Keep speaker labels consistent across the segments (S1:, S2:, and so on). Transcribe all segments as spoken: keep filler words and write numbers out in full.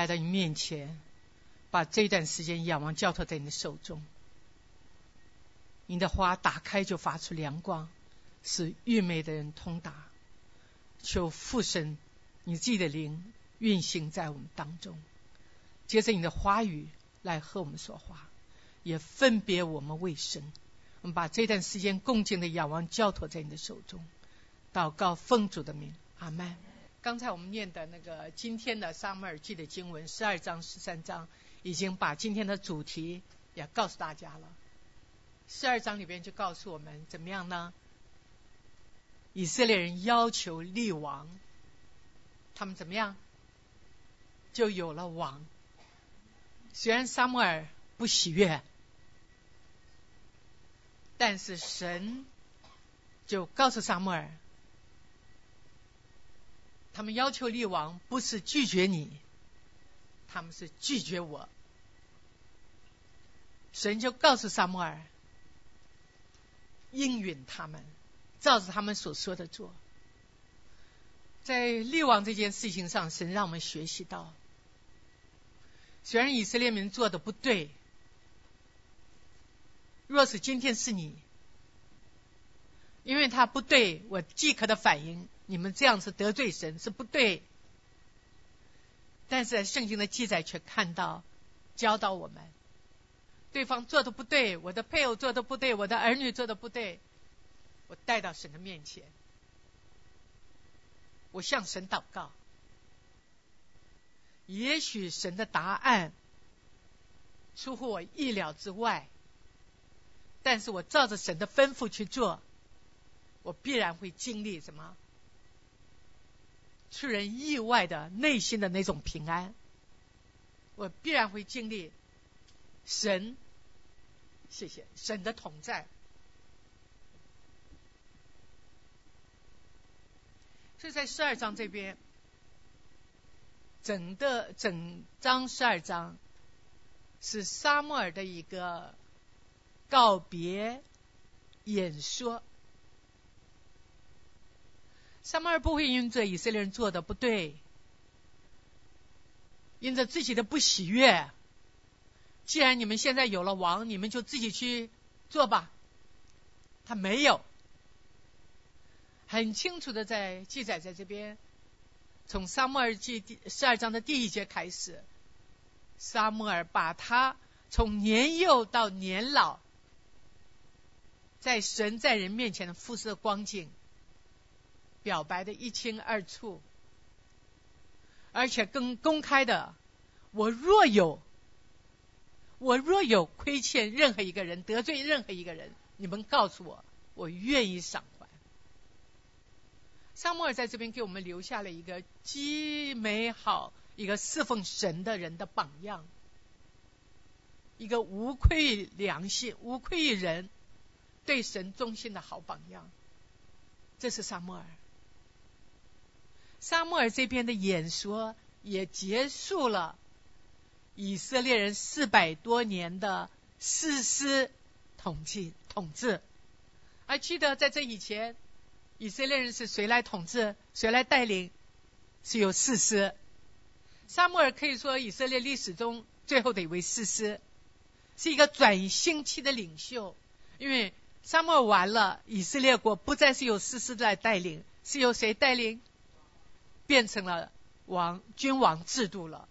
S1: 来到你面前，把这段时间仰望交托在你的手中。你的花打开就发出亮光，使愚昧的人通达。求父神你自己的灵运行在我们当中，接着你的话语来和我们说话，也分别我们为圣。我们把这段时间恭敬的仰望交托在你的手中，祷告奉主的名，阿们。刚才我们念的那个今天的撒母耳记的经文十二章十三章，已经把今天的主题也告诉大家了。十二章里边就告诉我们怎么样呢？以色列人要求立王，他们怎么样就有了王。虽然撒母耳不喜悦，但是神就告诉撒母耳，他们要求立王不是拒绝你，他们是拒绝我。神就告诉撒母耳，应允他们，照着他们所说的做。在立王这件事情上，神让我们学习到，虽然以色列民做的不对，若是今天是你，因为他不对，我即刻的反应，你们这样是得罪神，是不对。但是圣经的记载却看到教导我们，对方做的不对，我的配偶做的不对，我的儿女做的不对，我带到神的面前，我向神祷告。也许神的答案出乎我意料之外，但是我照着神的吩咐去做，我必然会经历什么？出人意外的内心的那种平安。我必然会经历神，谢谢神的同在。所以在十二章这边，整的整章十二章是撒母耳的一个告别演说。撒母耳不会因着以色列人做的不对，因着自己的不喜悦，既然你们现在有了王，你们就自己去做吧。他没有，很清楚的在记载在这边，从撒母耳记十二章的第一节开始，撒母耳把他从年幼到年老，在神在人面前的服侍的光景表白的一清二楚，而且更公开的，我若有我若有亏欠任何一个人，得罪任何一个人，你们告诉我，我愿意偿还。撒母耳在这边给我们留下了一个极美好一个侍奉神的人的榜样，一个无愧良心无愧于人对神忠心的好榜样。这是撒母耳。撒母耳这边的演说也结束了以色列人四百多年的士师统治统治。还记得在这以前，以色列人是谁来统治，谁来带领？是有士师。撒母耳可以说以色列历史中最后的一位士师，是一个转型期的领袖。因为撒母耳完了，以色列国不再是由士师来带领，是由谁带领？变成了王君王制度了。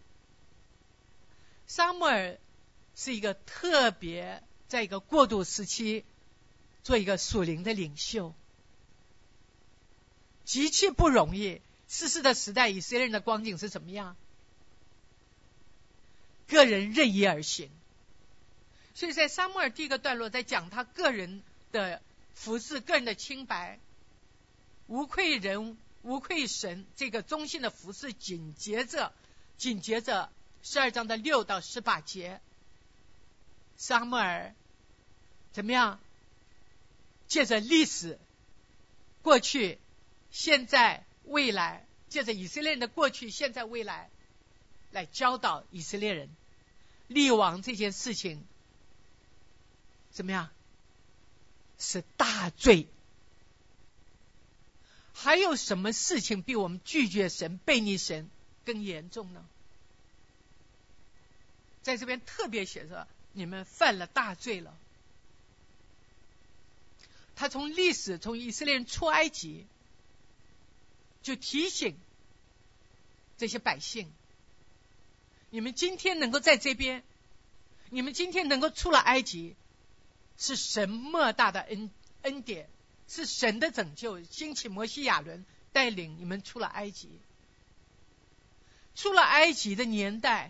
S1: 撒母耳是一个特别在一个过渡时期做一个属灵的领袖，极其不容易。士师的时代，以色列人的光景是怎么样？个人任意而行。所以在撒母耳第一个段落在讲他个人的服事，个人的清白，无愧人无愧神这个忠心的服事，紧接着紧接着十二章的六到十八节，撒母耳怎么样借着历史过去现在未来，借着以色列人的过去现在未来来教导以色列人立王这件事情怎么样是大罪。还有什么事情比我们拒绝神背逆神更严重呢？ 在这边特别写着你们犯了大罪了。他从历史，从以色列人出埃及，就提醒这些百姓，你们今天能够在这边，你们今天能够出了埃及，是神莫大的恩恩典，是神的拯救，兴起摩西亚伦带领你们出了埃及。出了埃及的年代，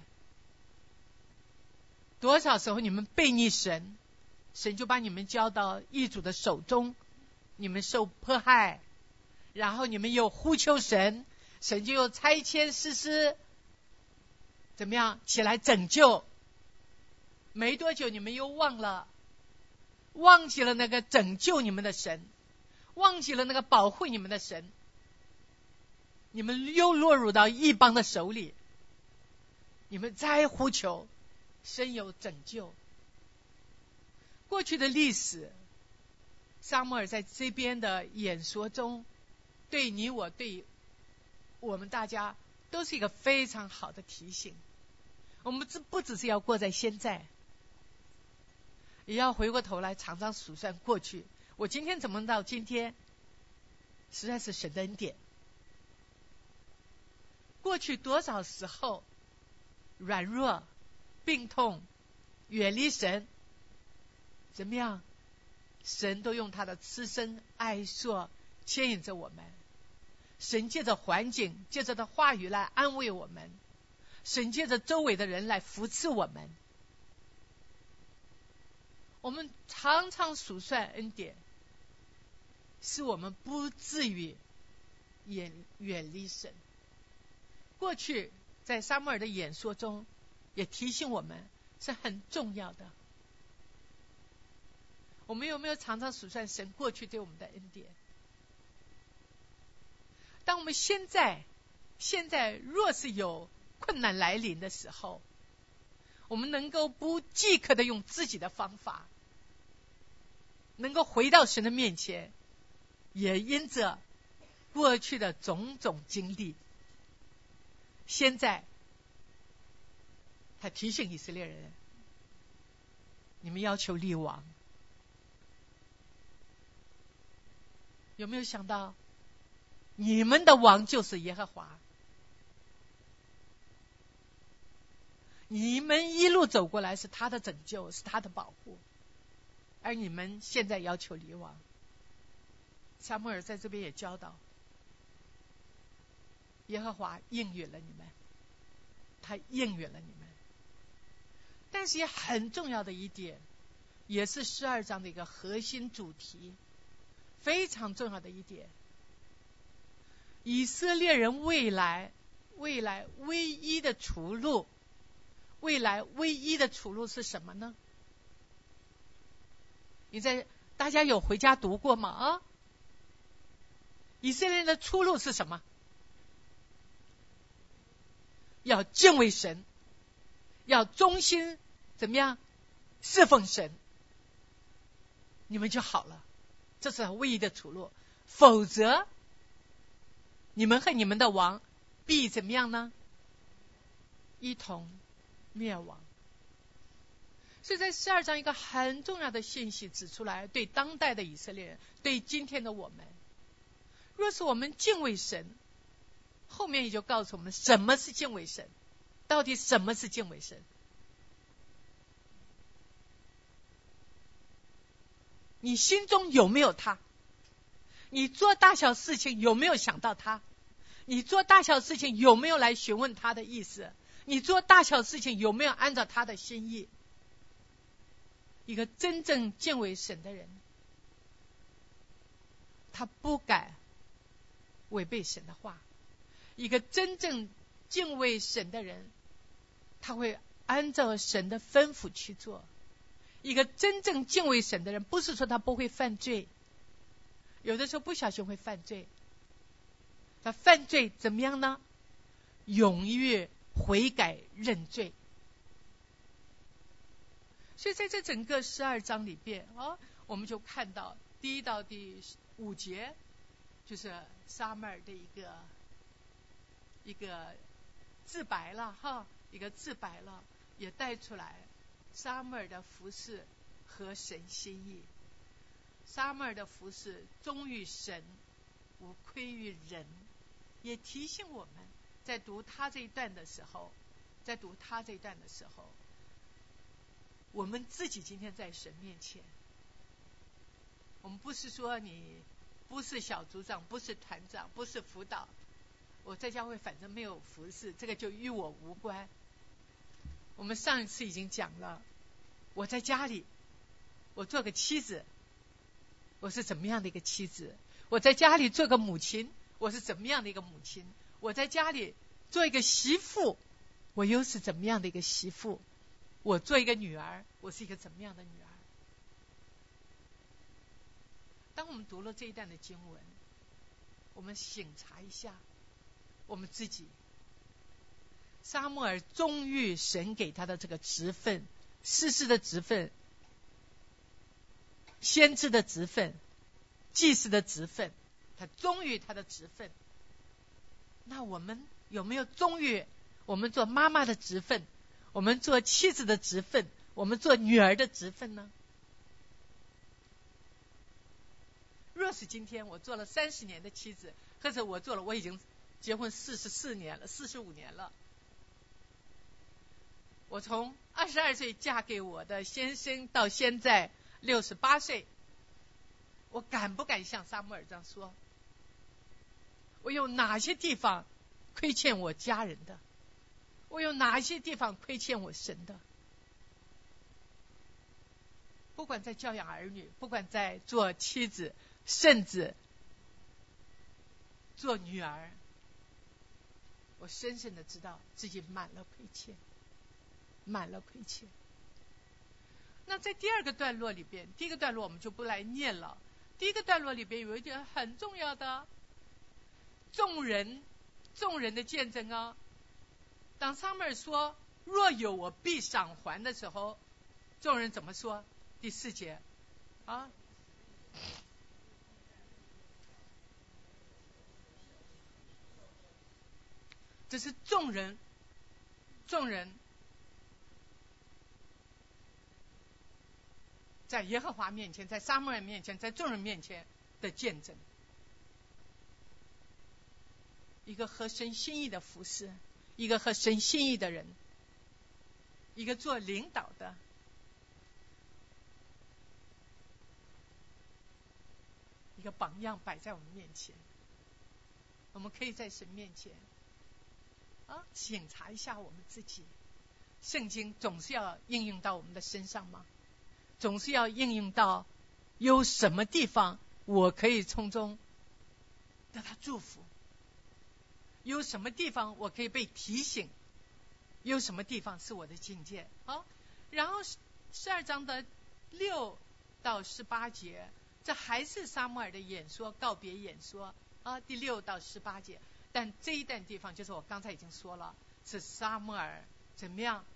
S1: 多少时候你们背逆神，神就把你们交到异族的手中，你们受迫害，然后你们又呼求神，神就又差遣士师怎么样起来拯救。没多久你们又忘了，忘记了那个拯救你们的神，忘记了那个保护你们的神，你们又落入到异邦的手里，你们再呼求，神有拯救。过去的历史，撒母耳在这边的演说中，对你我，对我们大家都是一个非常好的提醒。我们不只是要过在现在，也要回过头来常常数算过去，我今天怎么到今天，实在是神的恩典。过去多少时候软弱、病痛、远离神，怎么样？神都用他的慈身爱硕牵引着我们。神借着环境，借着他话语来安慰我们，神借着周围的人来扶持我们。我们常常数算恩典，使我们不至于远远离神。过去在撒母耳的演说中也提醒我们是很重要的。我们有没有常常数算神过去对我们的恩典？当我们现在现在若是有困难来临的时候，我们能够不即刻的用自己的方法，能够回到神的面前，也因着过去的种种经历，现在他提醒以色列人，你们要求立王。有没有想到你们的王就是耶和华？你们一路走过来是他的拯救，是他的保护，而你们现在要求立王。撒母耳在这边也教导，耶和华应允了你们，他应允了你们。但是也很重要的一点，也是十二章的一个核心主题，非常重要的一点，以色列人未来未来唯一的出路，未来唯一的出路是什么呢？你在大家有回家读过吗？啊，以色列人的出路是什么？要敬畏神，要忠心怎么样侍奉神，你们就好了，这是唯一的出路。否则你们和你们的王必怎么样呢？一同灭亡。所以在十二章一个很重要的信息指出来，对当代的以色列人，对今天的我们，若是我们敬畏神，后面也就告诉我们什么是敬畏神，到底什么是敬畏神。你心中有没有他？你做大小事情有没有想到他？你做大小事情有没有来询问他的意思？你做大小事情有没有按照他的心意？一个真正敬畏神的人，他不敢违背神的话。一个真正敬畏神的人，他会按照神的吩咐去做。一个真正敬畏神的人，不是说他不会犯罪，有的时候不小心会犯罪，他犯罪怎么样呢？勇于悔改认罪。所以在这整个十二章里边啊，我们就看到第一到第五节，就是撒母耳的一个一个自白了哈，一个自白了。 也带出来撒母耳的服事合神心意。撒母耳的服事忠于神，无亏于人，也提醒我们在读他这一段的时候，在读他这一段的时候，我们自己今天在神面前，我们不是说你不是小组长，不是团长，不是辅导，我在教会反正没有服事，这个就与我无关。我们上一次已经讲了，我在家里我做个妻子，我是怎么样的一个妻子；我在家里做个母亲，我是怎么样的一个母亲；我在家里做一个媳妇，我又是怎么样的一个媳妇；我做一个女儿，我是一个怎么样的女儿。当我们读了这一段的经文，我们省察一下我们自己。撒母耳忠于神给他的这个职分，士师的职分，先知的职分，祭司的职分，他忠于他的职分。那我们有没有忠于我们做妈妈的职分，我们做妻子的职分，我们做女儿的职分呢？若是今天我做了三十年的妻子，或者我做了，我已经结婚四十四年了，四十五年了。我从二十二岁嫁给我的先生到现在六十八岁，我敢不敢像撒母耳这样说？我有哪些地方亏欠我家人的？我有哪些地方亏欠我神的？不管在教养儿女，不管在做妻子，甚至做女儿，我深深的知道自己满了亏欠，满了亏欠。那在第二个段落里边，第一个段落我们就不来念了。第一个段落里边有一点很重要的，众人众人的见证啊。当撒母耳说若有我必赏还的时候，众人怎么说？第四节啊，这是众人众人在耶和华面前，在撒母耳面前，在众人面前的见证。一个合神心意的服事，一个合神心意的人，一个做领导的，一个榜样摆在我们面前。我们可以在神面前啊，检查一下我们自己。圣经总是要应用到我们的身上吗？总是要应用到有什么地方我可以从中得到祝福，有什么地方我可以被提醒，有什么地方是我的境界。好，然后十二章的六到十八节，这还是撒母耳的演说，告别演说啊，第六到十八节。但这一段地方就是我刚才已经说了，是撒母耳怎么样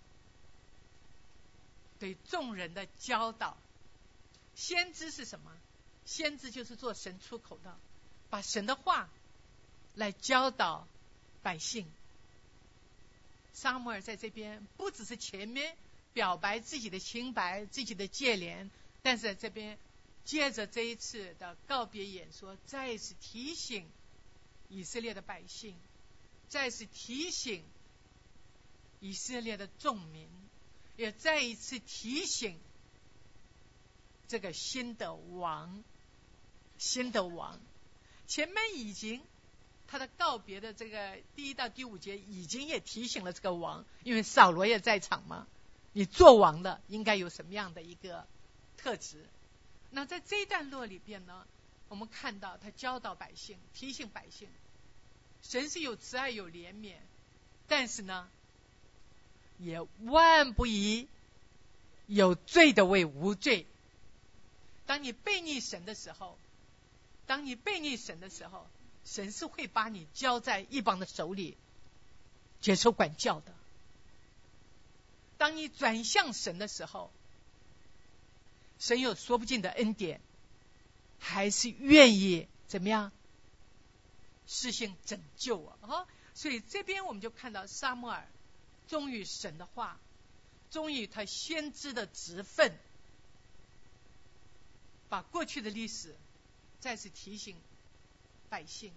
S1: 对众人的教导。先知是什么？先知就是做神出口的，把神的话来教导百姓。撒母耳在这边不只是前面表白自己的清白，自己的戒廉，但是在这边接着这一次的告别演说，再一次提醒以色列的百姓，再次提醒以色列的众民，也再一次提醒这个新的王，新的王。前面已经他的告别的这个第一到第五节已经也提醒了这个王，因为扫罗也在场嘛，你做王的应该有什么样的一个特质。那在这一段落里边呢，我们看到他教导百姓，提醒百姓，神是有慈爱有怜悯，但是呢也万不以有罪的为无罪。当你悖逆神的时候，当你悖逆神的时候，神是会把你交在一帮的手里接受管教的。当你转向神的时候，神有说不尽的恩典，还是愿意怎么样施行拯救我啊！所以这边我们就看到撒母耳忠于神的话， 忠于他先知的职分，把过去的历史再次提醒百姓，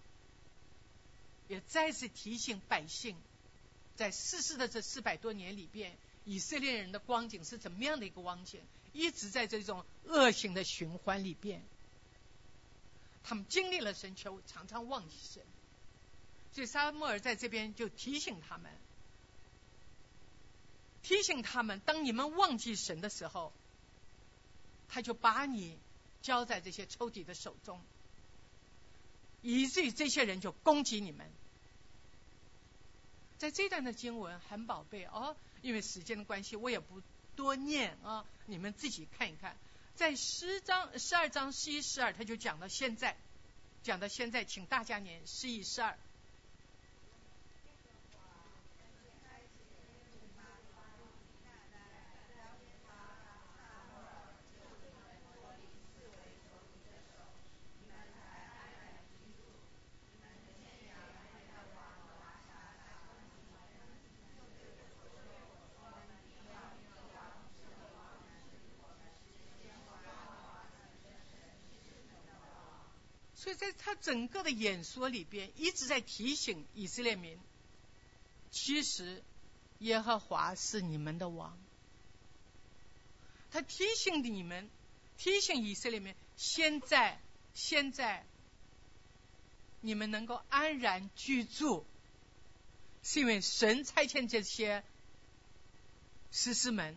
S1: 也再次提醒百姓，在世世的这四百多年里边，以色列人的光景是怎么样的一个光景，一直在这种恶性的循环里边，他们经历了神，却常常忘记神。所以撒母耳在这边就提醒他们，提醒他们，当你们忘记神的时候，他就把你交在这些仇敌的手中，以至于这些人就攻击你们。在这段的经文很宝贝哦，因为时间的关系我也不多念啊，你们自己看一看。在十章十二章十一十二，他就讲到现在，讲到现在，请大家念十一十二。所以在他整个的演说里边，一直在提醒以色列民，其实耶和华是你们的王。他提醒你们，提醒以色列民，现在现在你们能够安然居住，是因为神差遣这些士师们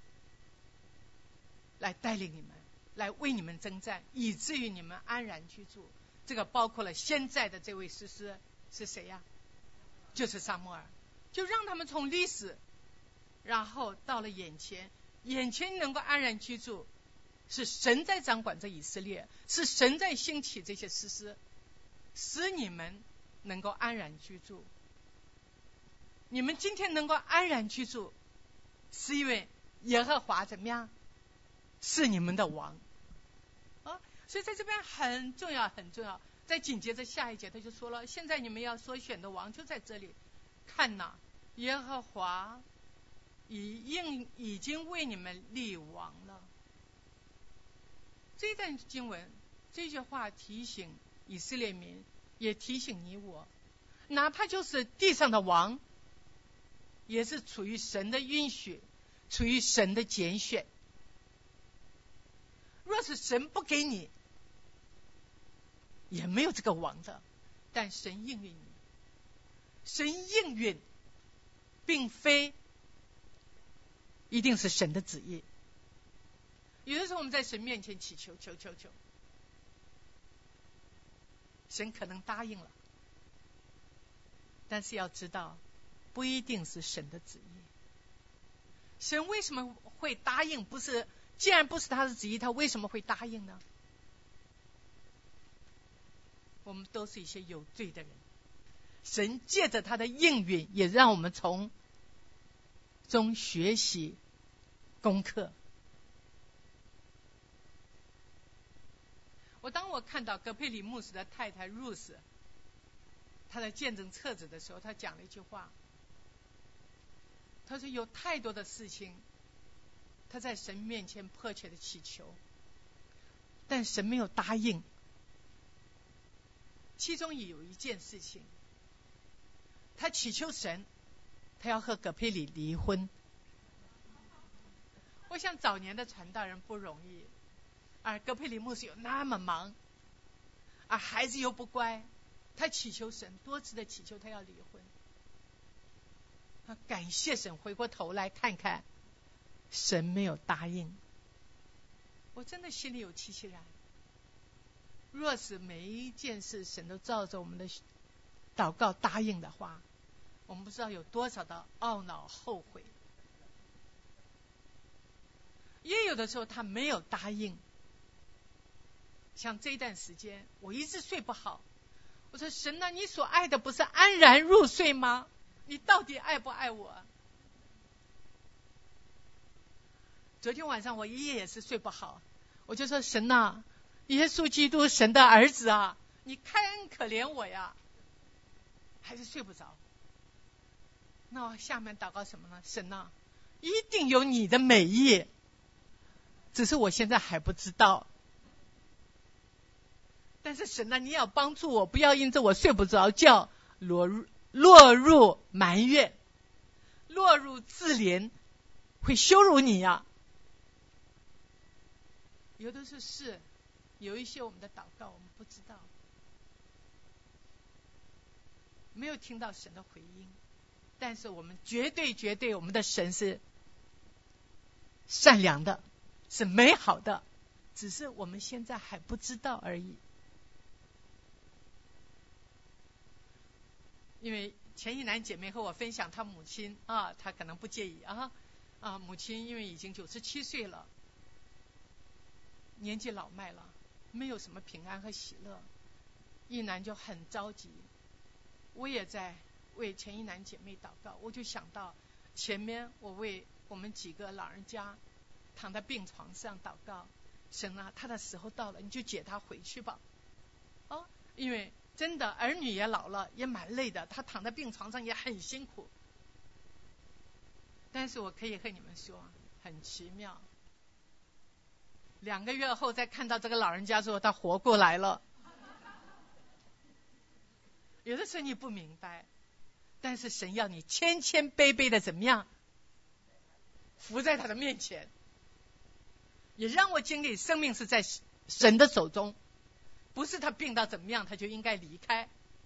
S1: 来带领你们，来为你们征战，以至于你们安然居住。这个包括了现在的这位士师是谁呀？就是撒母耳。就让他们从历史，然后到了眼前，眼前能够安然居住，是神在掌管着以色列，是神在兴起这些士师，使你们能够安然居住。你们今天能够安然居住，是因为耶和华怎么样？是你们的王啊！所以在这边很重要，很重要。再紧接着下一节他就说了，现在你们要所选的王就在这里，看哪，耶和华已应已经为你们立王了。这段经文这句话提醒以色列民，也提醒你我，哪怕就是地上的王，也是处于神的允许，处于神的拣选。若是神不给你，也没有这个王的，但神应允你。神应允并非一定是神的旨意。有的时候我们在神面前祈求求求求，神可能答应了，但是要知道不一定是神的旨意。神为什么会答应？不是，既然不是他的旨意，他为什么会答应呢？我们都是一些有罪的人，神借着他的应允，也让我们从中学习功课。我当我看到葛佩里牧师的太太 Ruth 他在见证册子的时候，他讲了一句话，他说有太多的事情他在神面前迫切的祈求，但神没有答应。其中有一件事情，他祈求神，他要和葛佩里离婚。我想早年的传道人不容易，而葛佩里牧师又那么忙，而孩子又不乖，他祈求神，多次的祈求他要离婚。他感谢神，回过头来看看，神没有答应。我真的心里有戚戚然。若是每一件事神都照着我们的祷告答应的话，我们不知道有多少的懊恼后悔。也有的时候他没有答应，像这一段时间我一直睡不好，我说神啊，你所爱的不是安然入睡吗？你到底爱不爱我？昨天晚上我一夜也是睡不好，我就说神啊，耶稣基督神的儿子啊，你开恩可怜我呀，还是睡不着。那我下面祷告什么呢？神啊， 一定有你的美意，只是我现在还不知道。但是神啊，你要帮助我，不要因着我睡不着觉落入落入埋怨，落入自怜，会羞辱你呀、啊。有的是是有一些我们的祷告我们不知道，没有听到神的回应，但是我们绝对绝对我们的神是善良的，是美好的，只是我们现在还不知道而已。因为前一男姐妹和我分享她母亲啊，她可能不介意啊啊，母亲因为已经九十七岁了，年纪老迈了，没有什么平安和喜乐，一男就很着急。我也在为前一男姐妹祷告，我就想到前面我为我们几个老人家躺在病床上祷告，神啊，他的时候到了，你就接他回去吧。哦，因为真的儿女也老了，也蛮累的，他躺在病床上也很辛苦。但是我可以和你们说，很奇妙，两个月后再看到这个老人家说他活过来了。有的时候你不明白，但是神要你谦谦卑卑的怎么样伏在他的面前，也让我经历生命是在神的手中，不是他病到怎么样他就应该离开。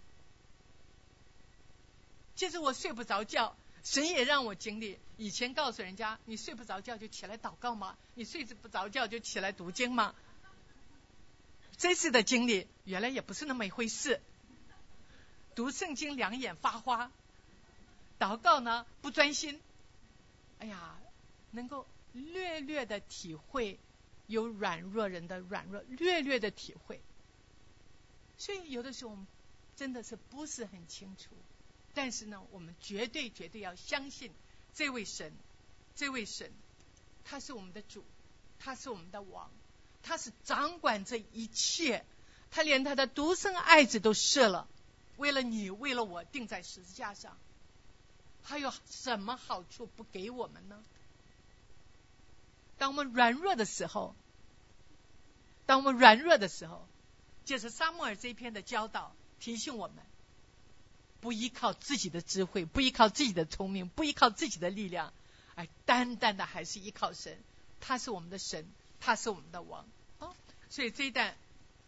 S1: 其实我睡不着觉，神也让我经历，以前告诉人家你睡不着觉就起来祷告嘛，你睡不着觉就起来读经嘛。这次的经历原来也不是那么一回事，读圣经两眼发花，祷告呢不专心，哎呀，能够略略的体会有软弱人的软弱，略略的体会。所以有的时候我们真的是不是很清楚，但是呢我们绝对绝对要相信这位神，这位神他是我们的主，他是我们的王，他是掌管这一切，他连他的独生爱子都舍了，为了你为了我钉在十字架上，还有什么好处不给我们呢？当我们软弱的时候，当我们软弱的时候，就是撒母耳这一篇的教导提醒我们，不依靠自己的智慧，不依靠自己的聪明，不依靠自己的力量，哎，单单的还是依靠神，他是我们的神，他是我们的王、哦、所以这一段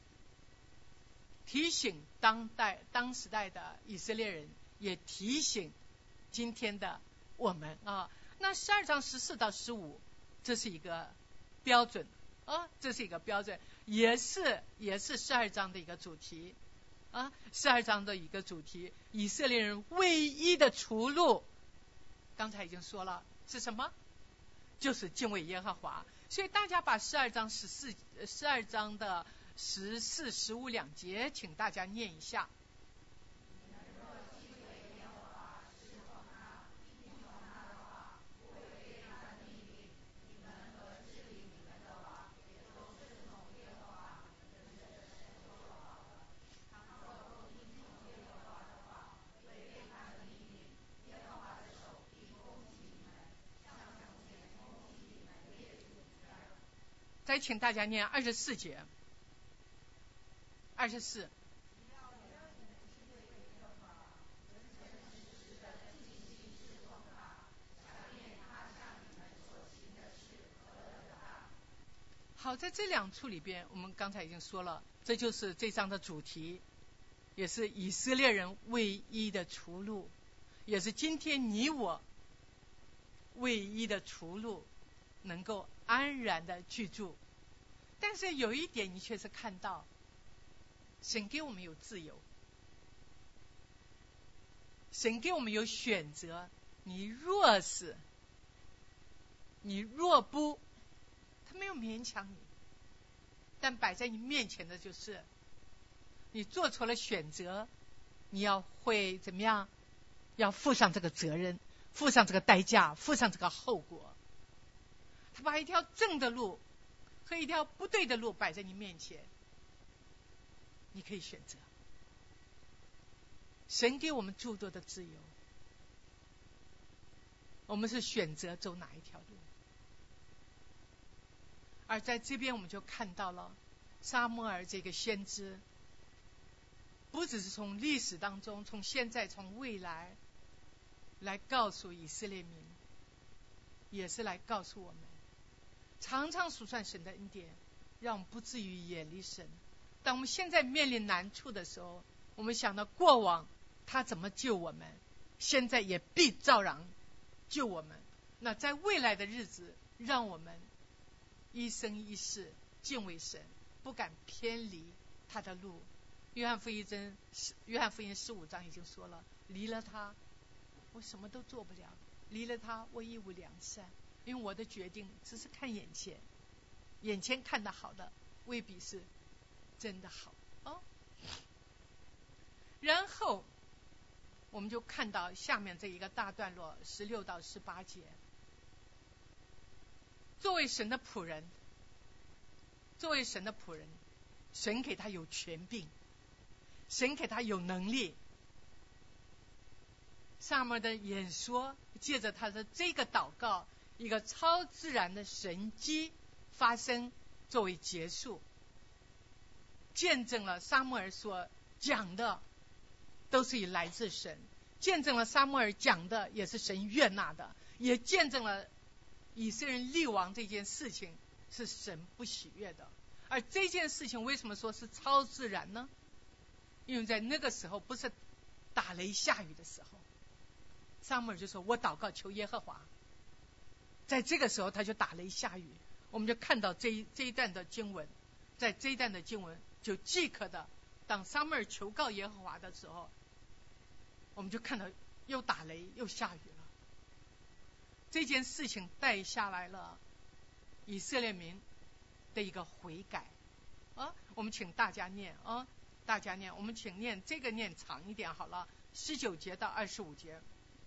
S1: 提醒当代当时代的以色列人，也提醒今天的我们啊。那十二章十四到十五，这是一个标准啊，这是一个标准，也是也是十二章的一个主题啊，十二章的一个主题，以色列人唯一的出路，刚才已经说了是什么？就是敬畏耶和华。所以大家把十二章十四十二章的十四十五两节请大家念一下。再请大家念二十四节。二十四。好，在这两处里边，我们刚才已经说了，这就是这章的主题，也是以色列人唯一的出路，也是今天你我唯一的出路，能够安然的居住。但是有一点你却是看到，神给我们有自由，神给我们有选择，你若是你若不，他没有勉强你，但摆在你面前的就是你做出了选择，你要会怎么样，要负上这个责任，负上这个代价，负上这个后果。他把一条正的路和一条不对的路摆在你面前，你可以选择。神给我们诸多的自由， 我们是选择走哪一条路。而在这边我们就看到了撒母耳这个先知，不只是从历史当中，从现在，从未来来告诉以色列民，也是来告诉我们，常常数算神的恩典，让我们不至于远离神。当我们现在面临难处的时候，我们想到过往他怎么救我们，现在也必照样救我们。那在未来的日子，让我们一生一世敬畏神，不敢偏离他的路。约翰福音真约翰福音十五章已经说了，离了他我什么都做不了，离了他我一无良善。因为我的决定只是看眼前，眼前看得好的未必是真的好哦。然后我们就看到下面这一个大段落十六到十八节，作为神的仆人，作为神的仆人，神给他有权柄，神给他有能力。撒母耳的演说借着他的这个祷告，一个超自然的神迹发生作为结束，见证了撒母耳所讲的都是以来自神，见证了撒母耳讲的也是神悦纳的，也见证了以色列人立王这件事情是神不喜悦的。而这件事情为什么说是超自然呢？因为在那个时候不是打雷下雨的时候，撒母耳就说我祷告求耶和华，在这个时候他就打雷下雨。我们就看到这一这一段的经文，在这一段的经文就即刻的，当撒母耳求告耶和华的时候，我们就看到又打雷又下雨了。这件事情带下来了以色列民的一个悔改啊！我们请大家念啊，大家念，我们请念这个念长一点好了，十九节到二十五节。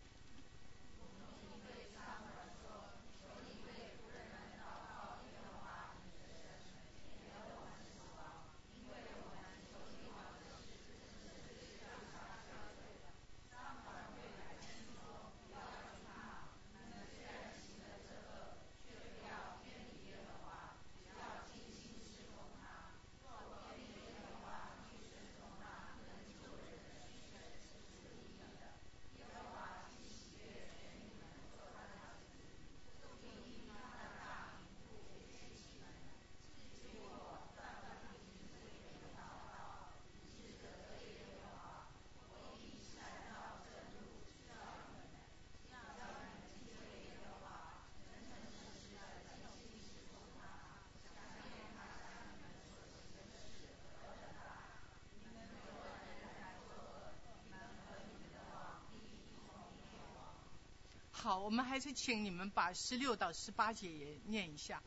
S1: 好，我们还是请你们把十六到十八节也念一下。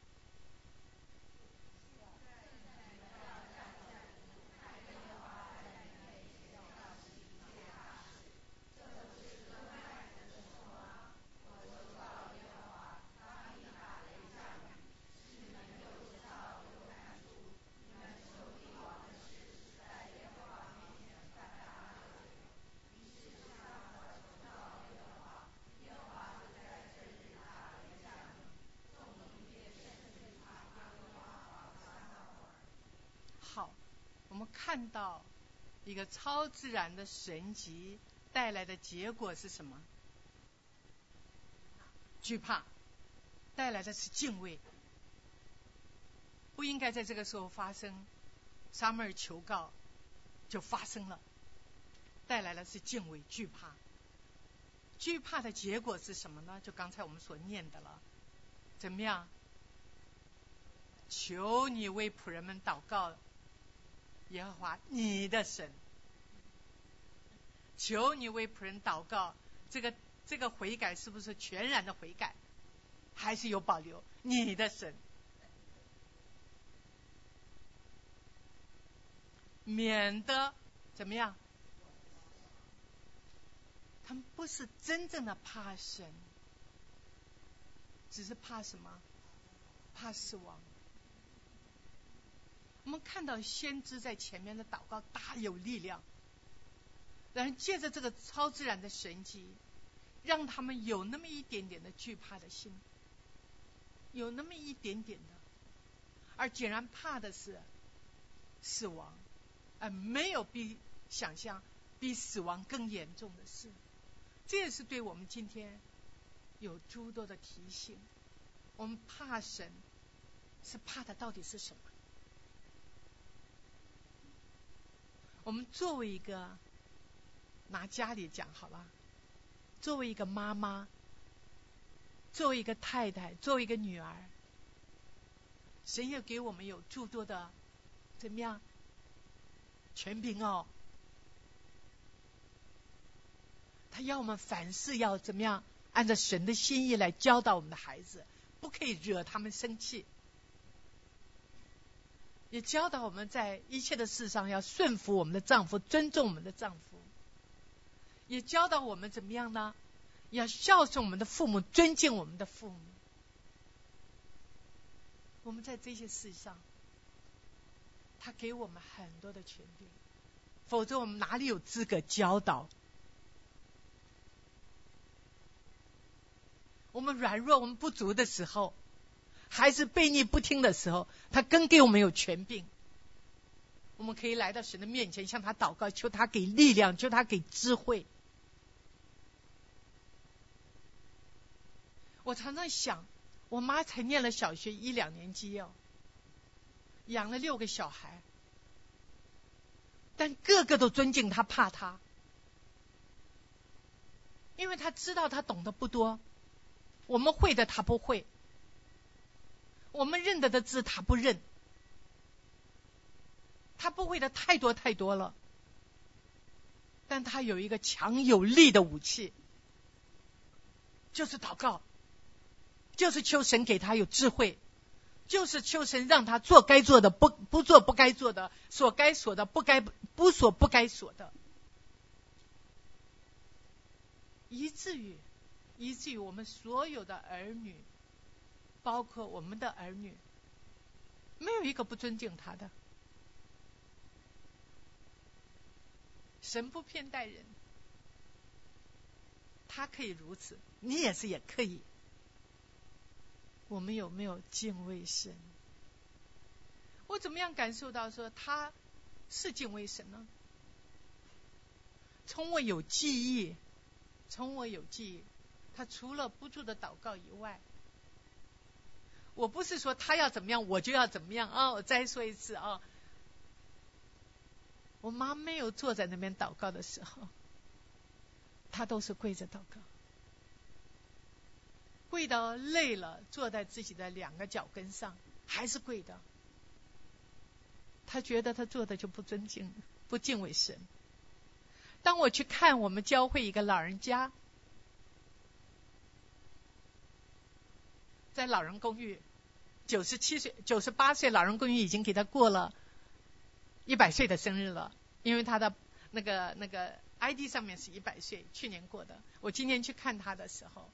S1: 好，我们看到一个超自然的神迹带来的结果是什么？惧怕，带来的是敬畏。不应该在这个时候发生，撒母耳求告就发生了，带来的是敬畏惧怕。惧怕的结果是什么呢？就刚才我们所念的了，怎么样？求你为仆人们祷告耶和华你的神，求你为仆人祷告。这个这个悔改是不是全然的悔改，还是有保留？你的神，免得怎么样？他们不是真正的怕神，只是怕什么？怕死亡。我们看到先知在前面的祷告大有力量，然后借着这个超自然的神迹， 让他们有那么一点点的惧怕的心，有那么一点点的，而显然怕的是死亡，而没有比想象比死亡更严重的事。这也是对我们今天有诸多的提醒。我们怕神是怕的到底是什么？我们作为一个，拿家里讲好了，作为一个妈妈，作为一个太太，作为一个女儿，神也给我们有诸多的怎么样权柄哦。他要我们凡事要怎么样按照神的心意来教导我们的孩子，不可以惹他们生气，也教导我们在一切的事上要顺服我们的丈夫，尊重我们的丈夫，也教导我们怎么样呢？要孝顺我们的父母，尊敬我们的父母。我们在这些事上，他给我们很多的权柄，否则我们哪里有资格教导？我们软弱，我们不足的时候，孩子悖逆不听的时候，他更给我们有权柄。我们可以来到神的面前，向他祷告，求他给力量，求他给智慧。我常常想，我妈才念了小学一两年级哦，养了六个小孩，但个个都尊敬他，怕他，因为他知道他懂得不多，我们会的他不会，我们认得的字他不认，他不会的太多太多了，但他有一个强有力的武器，就是祷告，就是求神给他有智慧，就是求神让他做该做的，不不做不该做的，所该所的不该不所不该所的，以至于以至于我们所有的儿女，包括我们的儿女，没有一个不尊敬他的。神不偏待人，他可以如此，你也是也可以。我们有没有敬畏神？我怎么样感受到说他是敬畏神呢？从我有记忆，从我有记忆，他除了不住的祷告以外，我不是说他要怎么样我就要怎么样啊、哦！我再说一次啊、哦，我妈没有坐在那边祷告的时候，她都是跪着祷告，跪到累了，坐在自己的两个脚跟上，还是跪的。她觉得她做的就不尊敬，不敬畏神。当我去看我们教会一个老人家，在老人公寓，九十七岁、九十八岁老人公寓已经给他过了一百岁的生日了，因为他的那个那个 I D 上面是一百岁，去年过的。我今年去看他的时候，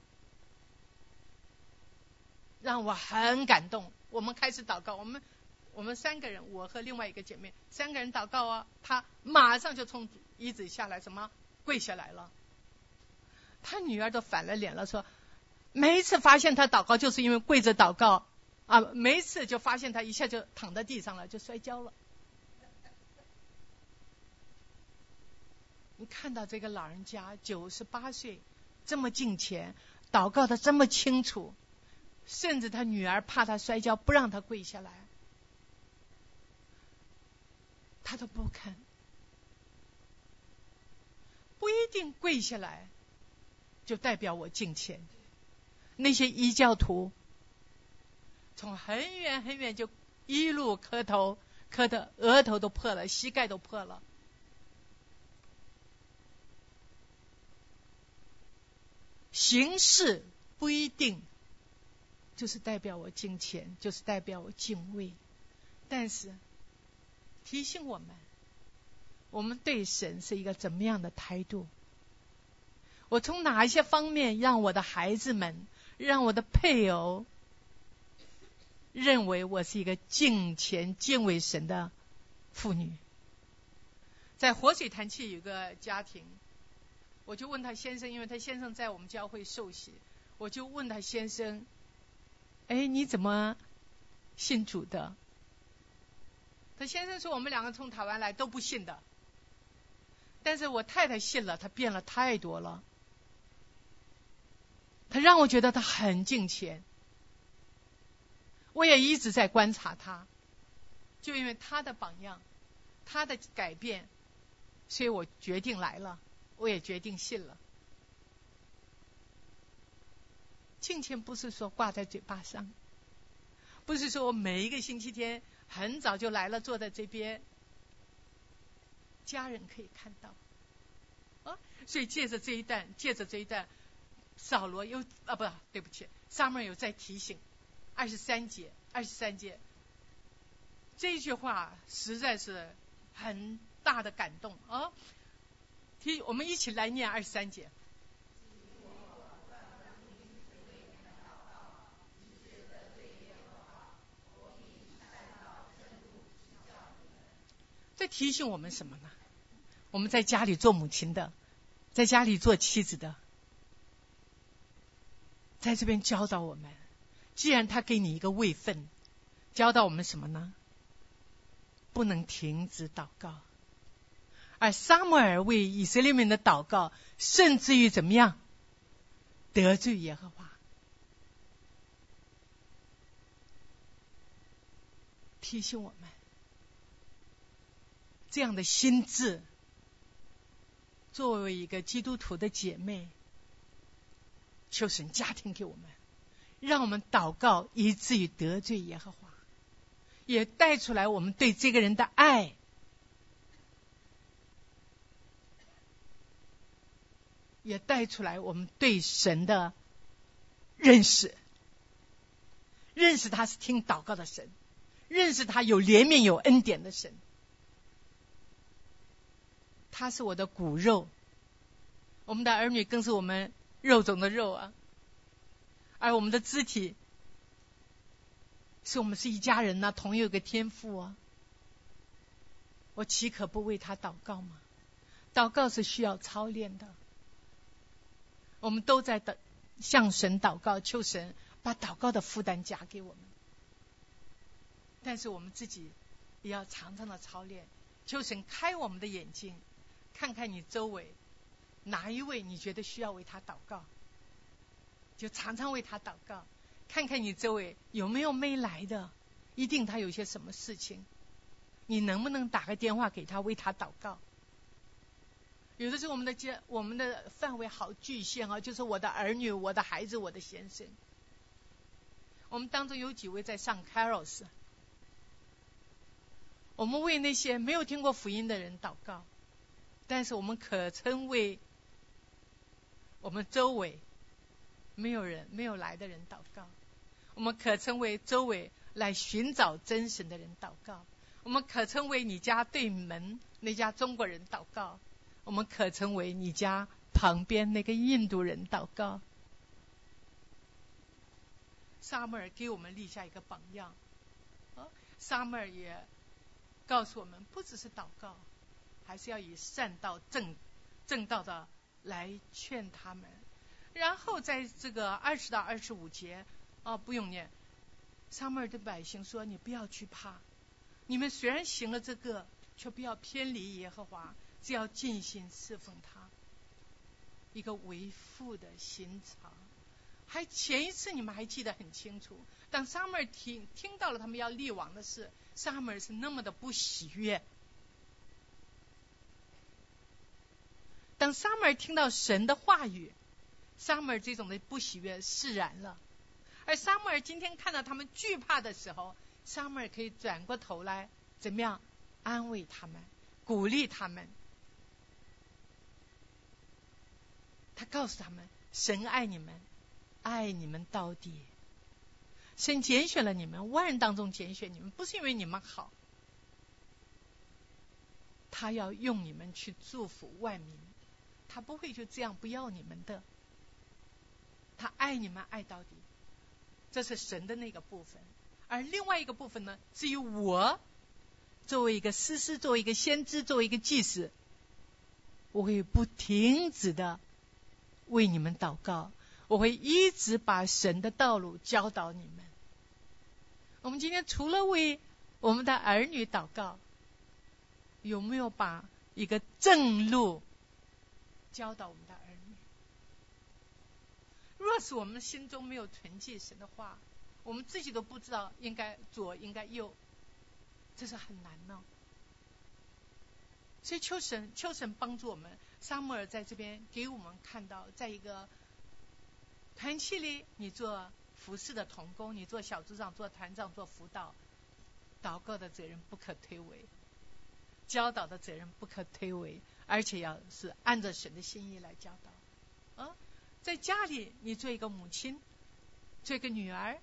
S1: 让我很感动。我们开始祷告，我们我们三个人，我和另外一个姐妹三个人祷告啊，他马上就从椅子下来，什么跪下来了。他女儿都反了脸了，说每一次发现他祷告就是因为跪着祷告啊，每一次就发现他一下就躺在地上了，就摔跤了。你看到这个老人家九十八岁这么敬虔，祷告的这么清楚，甚至他女儿怕他摔跤，不让他跪下来，他都不肯。不一定跪下来就代表我敬虔。那些异教徒从很远很远就一路磕头，磕的额头都破了，膝盖都破了。形式不一定就是代表我敬虔，就是代表我敬畏，但是提醒我们，我们对神是一个怎么样的态度？我从哪一些方面让我的孩子们，让我的配偶认为我是一个敬虔敬畏神的妇女？在活水潭区有个家庭， 我就问他先生，因为他先生在我们教会受洗，我就问他先生，哎，你怎么信主的？他先生说我们两个从台湾来都不信的，但是我太太信了，她变了太多了，他让我觉得他很敬虔。我也一直在观察他，就因为他的榜样，他的改变，所以我决定来了，我也决定信了。敬虔不是说挂在嘴巴上，不是说我每一个星期天很早就来了，坐在这边，家人可以看到。啊，所以借着这一段，借着这一段，扫罗又啊不，对不起，撒母耳有在提醒，二十三节，二十三节，这句话实在是很大的感动啊！提，我们一起来念二十三节。这提醒我们什么呢？我们在家里做母亲的，在家里做妻子的，在这边教导我们，既然他给你一个位分，教导我们什么呢？不能停止祷告。而撒母耳为以色列民的祷告，甚至于怎么样得罪耶和华，提醒我们这样的心智，作为一个基督徒的姐妹，求神加添给我们，让我们祷告以至于得罪耶和华，也带出来我们对这个人的爱，也带出来我们对神的认识，认识他是听祷告的神，认识他有怜悯有恩典的神，他是我的骨肉，我们的儿女更是我们肉中的肉啊，而我们的肢体是我们是一家人呢、啊，同有一个天父啊，我岂可不为他祷告吗？祷告是需要操练的，我们都在等向神祷告，求神把祷告的负担加给我们，但是我们自己也要常常的操练，求神开我们的眼睛，看看你周围哪一位你觉得需要为他祷告，就常常为他祷告，看看你周围有没有没来的，一定他有些什么事情，你能不能打个电话给他为他祷告。有的时候我们的家我们的范围好局限啊，就是我的儿女，我的孩子，我的先生。我们当中有几位在上 Carols， 我们为那些没有听过福音的人祷告，但是我们可称为我们周围没有人没有来的人祷告，我们可称为周围来寻找真神的人祷告，我们可称为你家对门那家中国人祷告，我们可称为你家旁边那个印度人祷告。撒母耳给我们立下一个榜样，哦，撒母耳也告诉我们，不只是祷告，还是要以善道正正道的来劝他们。然后在这个二十到二十五节，哦，不用念。撒母耳的百姓说：“你不要惧怕，你们虽然行了这个，却不要偏离耶和华，只要尽心侍奉他。”一个为父的心肠。还前一次你们还记得很清楚，当撒母耳听听到了他们要立王的事，撒母耳是那么的不喜悦。当撒母耳听到神的话语，撒母耳这种的不喜悦释然了。而撒母耳今天看到他们惧怕的时候，撒母耳可以转过头来怎么样安慰他们，鼓励他们。他告诉他们，神爱你们，爱你们到底。神拣选了你们，万人当中拣选你们，不是因为你们好，他要用你们去祝福万民，他不会就这样不要你们的，他爱你们爱到底，这是神的那个部分。而另外一个部分呢，至于我作为一个士师，作为一个先知，作为一个祭司， 我会不停止的为你们祷告，我会一直把神的道路教导你们。我们今天除了为我们的儿女祷告，有没有把一个正路教导我们的儿女？若是我们心中没有存记神的话，我们自己都不知道应该左应该右，这是很难呢。所以求神求神帮助我们。撒母耳在这边给我们看到，在一个团契里，你做服侍的同工，你做小组长，做团长，做辅导，祷告的责任不可推诿，教导的责任不可推诿，而且要是按照神的心意来教导。啊，在家里你做一个母亲，做一个女儿，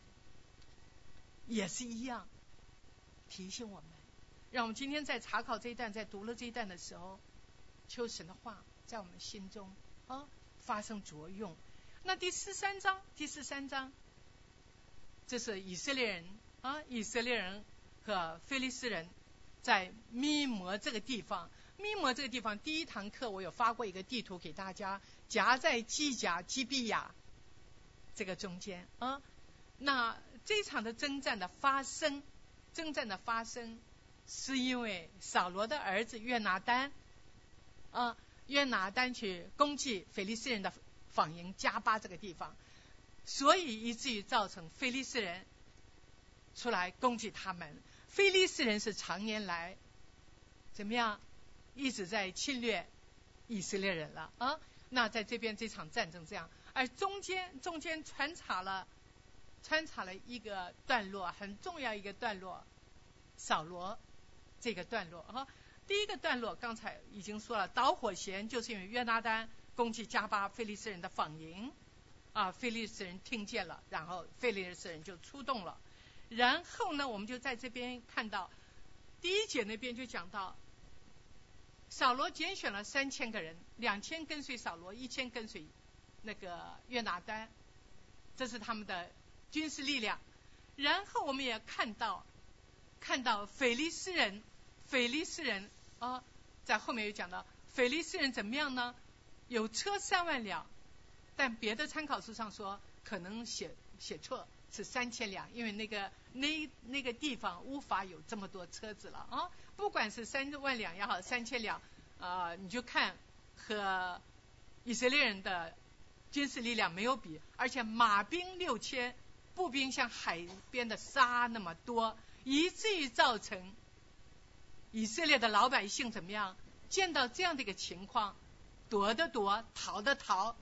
S1: 也是一样，提醒我们。让我们今天在查考这一段，在读了这一段的时候，求神的话在我们心中啊发生作用。那第十三章，第十三章，这是以色列人啊，以色列人和非利士人在密摩这个地方。密摩这个地方，第一堂课我有发过一个地图给大家，夹在基甲、基比亚这个中间啊。那这场的征战的发生，征战的发生，是因为扫罗的儿子约拿单啊，约拿单去攻击非利士人的访营加巴这个地方，所以以至于造成非利士人出来攻击他们。非利士人是常年来怎么样，一直在侵略以色列人了啊。那在这边这场战争这样，而中间中间穿插了穿插了一个段落，很重要一个段落，扫罗这个段落啊。第一个段落刚才已经说了，导火线就是因为约拿单攻击加巴非利士人的访营啊，非利士人听见了，然后非利士人就出动了。然后呢，我们就在这边看到第一节那边就讲到，扫罗拣选了三千个人，两千跟随扫罗，一千跟随那个约拿单，这是他们的军事力量。然后我们也看到看到非利士人非利士人啊，在后面又讲到非利士人怎么样呢？有车三万辆，但别的参考书上说可能写写错，是三千辆，因为那个那那个地方无法有这么多车子了啊。不管是三万辆也好，三千辆啊、呃，你就看和以色列人的军事力量没有比，而且马兵六千，步兵像海边的沙那么多，以至于造成以色列的老百姓怎么样？见到这样的一个情况，躲的躲，逃的逃，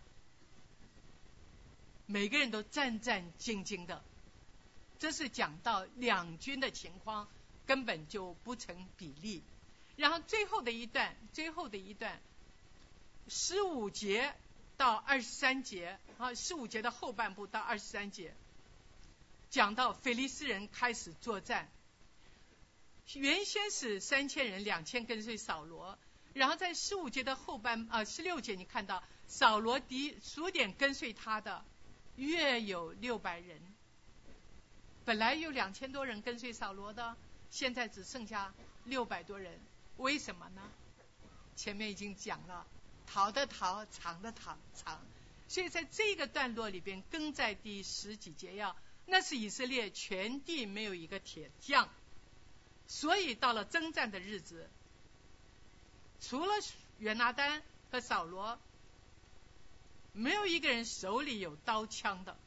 S1: 每个人都战战兢兢的。这是讲到两军的情况根本就不成比例。然后最后的一段，最后的一段，十五节到二十三节啊，十五节的后半部到二十三节，讲到非利士人开始作战。原先是三千人，两千跟随扫罗，然后在十五节的后半啊，十六节你看到扫罗敌数点跟随他的约有六百人，本来有两千多人跟随扫罗的，现在只剩下六百多人。为什么呢？前面已经讲了，逃的逃，藏的藏藏。所以在这个段落里边，更在第十几节要，那是以色列全地没有一个铁匠，所以到了征战的日子，除了约拿单和扫罗，没有一个人手里有刀枪的。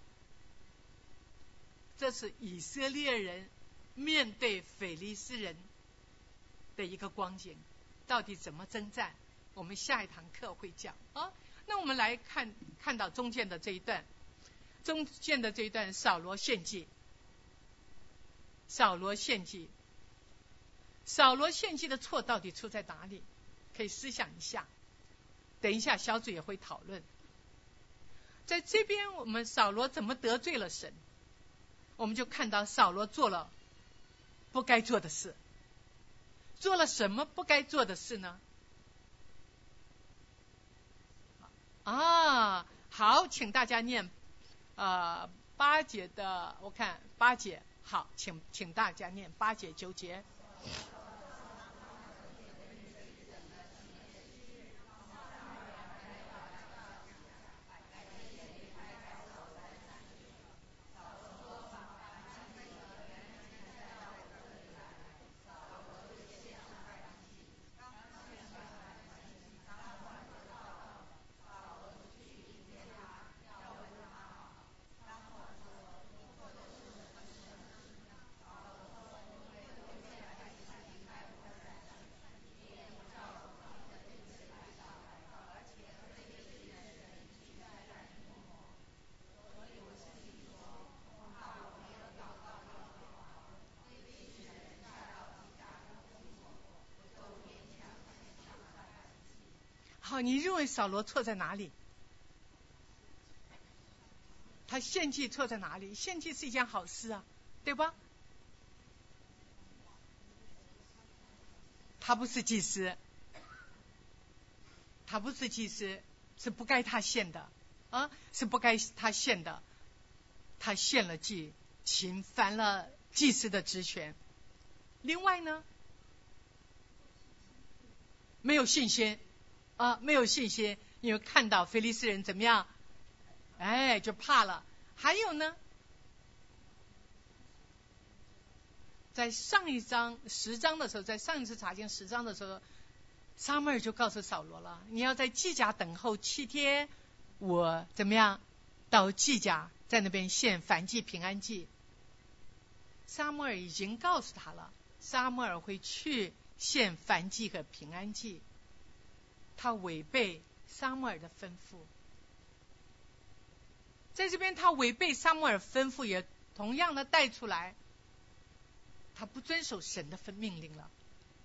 S1: 这是以色列人面对非利士人的一个光景，到底怎么征战？我们下一堂课会讲啊。那我们来看看到中间的这一段，中间的这一段，扫罗献祭。扫罗献祭，扫罗献祭的错到底出在哪里？可以思想一下，等一下小组也会讨论。在这边我们扫罗怎么得罪了神？我们就看到扫罗做了不该做的事。做了什么不该做的事呢？啊，好，请大家念呃八节的，我看八节，好，请请大家念八节九节。 好，你认为扫罗错在哪里？他献祭错在哪里？献祭是一件好事啊，对吧？他不是祭司，他不是祭司，是不该他献的啊，是不该他献的。他献了祭，侵犯了祭司的职权。另外呢，没有信心啊，没有信心，因为看到非利士人怎么样，哎，就怕了。还有呢，在上一章十章的时候，在上一次查经十章的时候，撒母耳就告诉扫罗了，你要在基甲等候七天，我怎么样到基甲，在那边献燔祭平安祭。撒母耳已经告诉他了，撒母耳会去献燔祭和平安祭，他违背撒母耳的吩咐。在这边他违背撒母耳吩咐，也同样的带出来他不遵守神的命令了，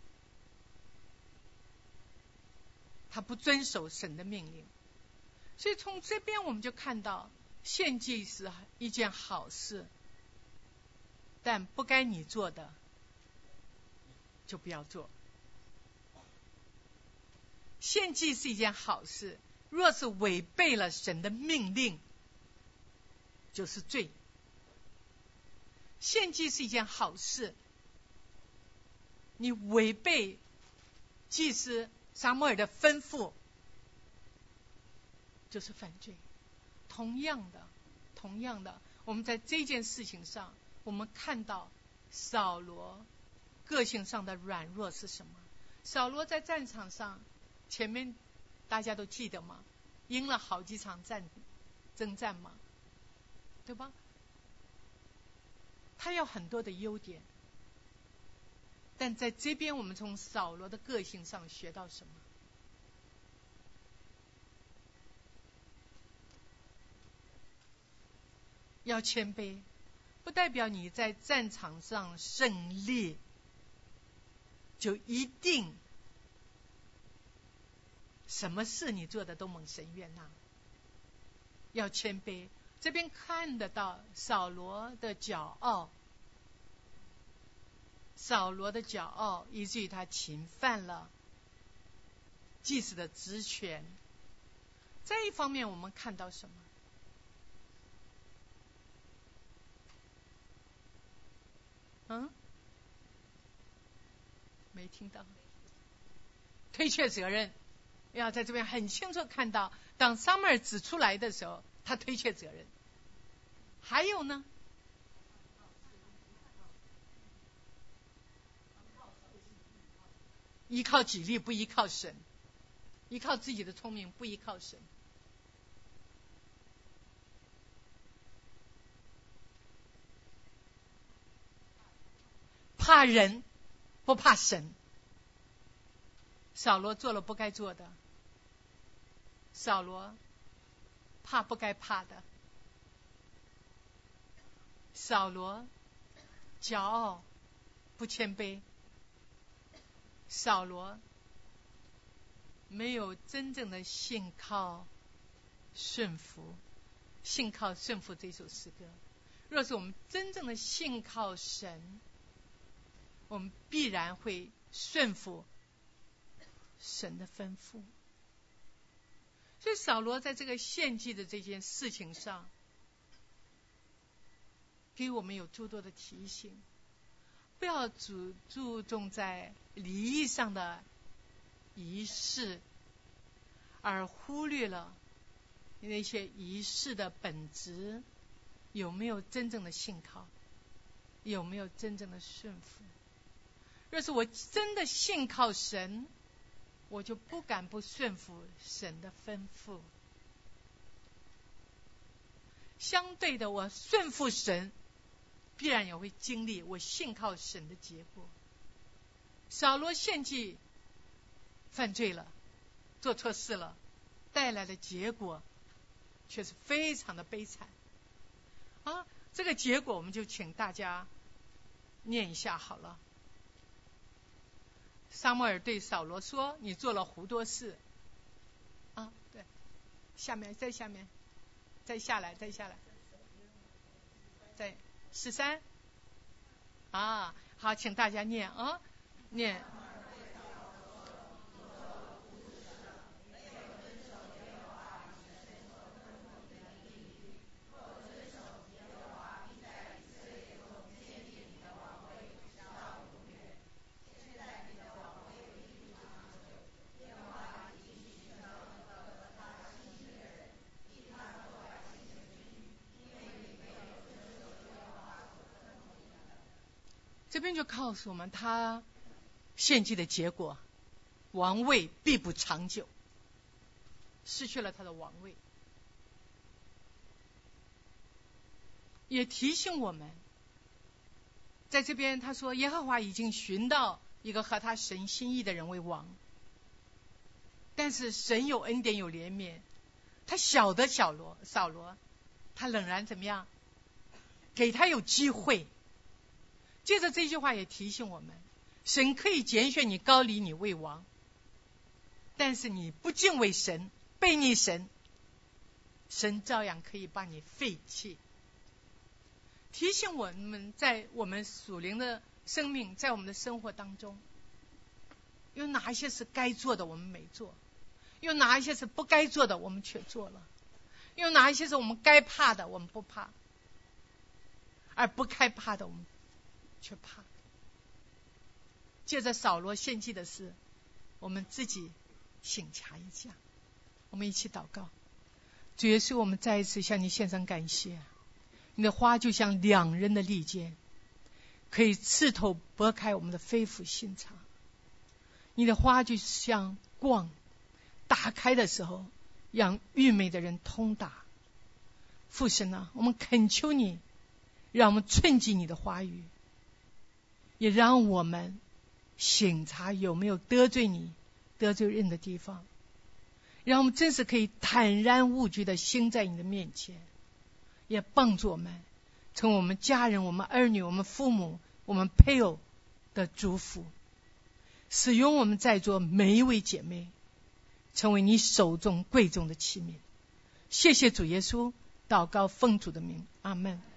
S1: 他不遵守神的命令。所以从这边我们就看到，献祭是一件好事，但不该你做的就不要做。献祭是一件好事，若是违背了神的命令就是罪。献祭是一件好事，你违背祭司撒母耳的吩咐就是犯罪。同样的同样的我们在这件事情上，我们看到扫罗个性上的软弱是什么。扫罗在战场上，前面大家都记得吗？赢了好几场战征战嘛，对吧？他有很多的优点，但在这边我们从扫罗的个性上学到什么？要谦卑，不代表你在战场上胜利就一定什么事你做的都蒙神悦纳。要谦卑，这边看得到扫罗的骄傲，扫罗的骄傲以至于他侵犯了祭司的职权。这一方面我们看到什么？嗯，没听到。推卸责任，要在这边很清楚看到，当撒母耳指出来的时候，他推卸责任。还有呢，依靠己力不依靠神，依靠自己的聪明不依靠神。怕人不怕神。扫罗做了不该做的，扫罗怕不该怕的，扫罗骄傲不谦卑，扫罗没有真正的信靠顺服。信靠顺服这首诗歌，若是我们真正的信靠神，我们必然会顺服神的吩咐。所以扫罗在这个献祭的这件事情上，给我们有诸多的提醒，不要注注重在礼仪上的仪式，而忽略了那些仪式的本质有没有真正的信靠，有没有真正的顺服。若是我真的信靠神，我就不敢不顺服神的吩咐。相对的，我顺服神，必然也会经历我信靠神的结果。扫罗献祭犯罪了，做错事了，带来的结果却是非常的悲惨啊！这个结果我们就请大家念一下好了。撒母耳对扫罗说：“你做了胡多事。” 下面再下面再下来再下来再十三啊，好，请大家念啊，念。这边就告诉我们，他献祭的结果，王位必不长久，失去了他的王位。也提醒我们，在这边他说，耶和华已经寻到一个合他神心意的人为王，但是神有恩典有怜悯，他晓得小罗扫罗，他仍然怎么样，给他有机会。接着这句话也提醒我们，神可以拣选你高立你为王，但是你不敬畏神悖逆神，神照样可以把你废弃。提醒我们在我们属灵的生命，在我们的生活当中，有哪一些是该做的我们没做，有哪一些是不该做的我们却做了，有哪一些是我们该怕的我们不怕，而不该怕的我们却怕。借着扫罗献祭的事，我们自己省察一下。我们一起祷告。主耶稣，我们再一次向你献上感谢，你的话就像两刃的利剑，可以刺透拨开我们的肺腑心肠。你的话就像光，打开的时候让愚昧的人通达。父神啊，我们恳求你，让我们存记你的话语，也让我们省察有没有得罪你得罪人的地方，让我们真是可以坦然无惧的行在你的面前，也帮助我们成为我们家人我们儿女我们父母我们配偶的祝福，使用我们在座每一位姐妹成为你手中贵重的器皿。谢谢主耶稣，祷告奉主的名，阿们。